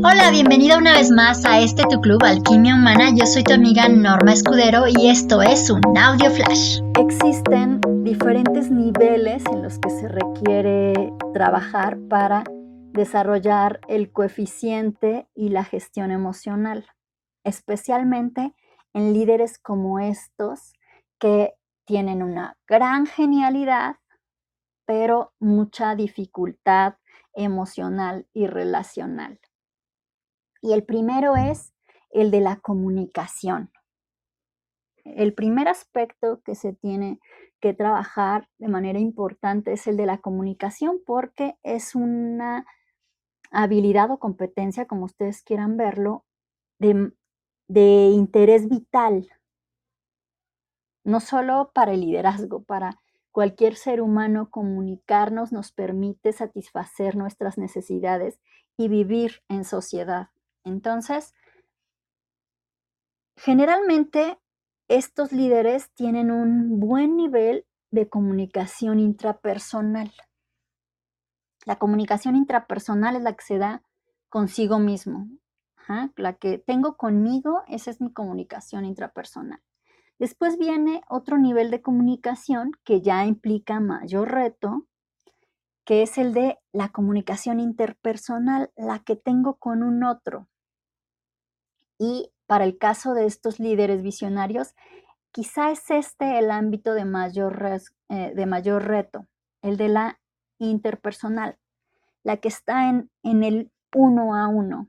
Hola, bienvenida una vez más a este tu club Alquimia Humana. Yo soy tu amiga Norma Escudero y esto es un audio flash. Existen diferentes niveles en los que se requiere trabajar para desarrollar el coeficiente y la gestión emocional, especialmente en líderes como estos que tienen una gran genialidad, pero mucha dificultad emocional y relacional. Y el primero es el de la comunicación. El primer aspecto que se tiene que trabajar de manera importante es el de la comunicación, porque es una habilidad o competencia, como ustedes quieran verlo, de, de interés vital, no solo para el liderazgo, para cualquier ser humano. Comunicarnos nos permite satisfacer nuestras necesidades y vivir en sociedad. Entonces, generalmente, estos líderes tienen un buen nivel de comunicación intrapersonal. La comunicación intrapersonal es la que se da consigo mismo. La que tengo conmigo, esa es mi comunicación intrapersonal. Después viene otro nivel de comunicación que ya implica mayor reto, que es el de la comunicación interpersonal, la que tengo con un otro. Y para el caso de estos líderes visionarios, quizá es este el ámbito de mayor reto, el de la interpersonal, la que está en el uno a uno.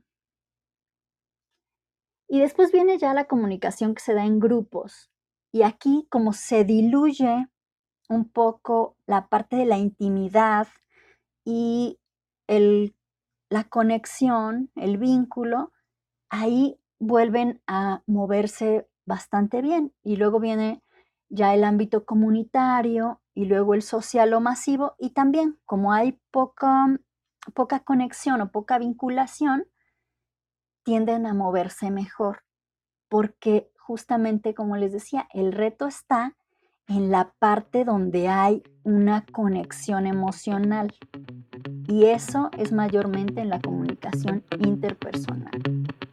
Y después viene ya la comunicación que se da en grupos. Y aquí, como se diluye un poco la parte de la intimidad y la conexión, el vínculo, ahí vuelven a moverse bastante bien. Y luego viene ya el ámbito comunitario y luego el social o masivo. Y también, como hay poca conexión o poca vinculación, tienden a moverse mejor, porque justamente, como les decía, el reto está en la parte donde hay una conexión emocional, y eso es mayormente en la comunicación interpersonal.